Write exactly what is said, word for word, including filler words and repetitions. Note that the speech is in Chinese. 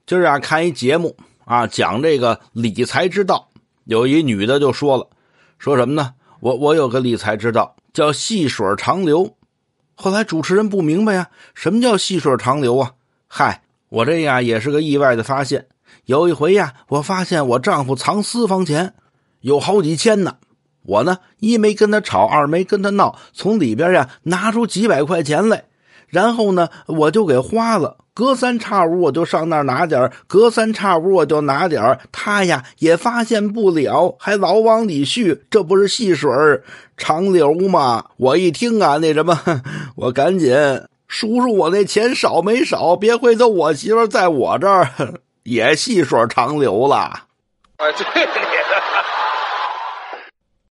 今儿啊看一节目啊，讲这个理财之道，有一女的就说了，说什么呢？我我有个理财之道叫细水长流。后来主持人不明白呀，什么叫细水长流啊？嗨，我这呀也是个意外的发现。有一回呀，我发现我丈夫藏私房钱有好几千呢。我呢一没跟他吵，二没跟他闹，从里边呀拿出几百块钱来，然后呢我就给花了，隔三差五我就上那儿拿点，隔三差五我就拿点，他呀也发现不了，还老往里续，这不是细水长流吗？我一听啊，那什么，我赶紧数数我那钱少没少，别回头我媳妇在我这儿也细水长流了。 啊，对你的。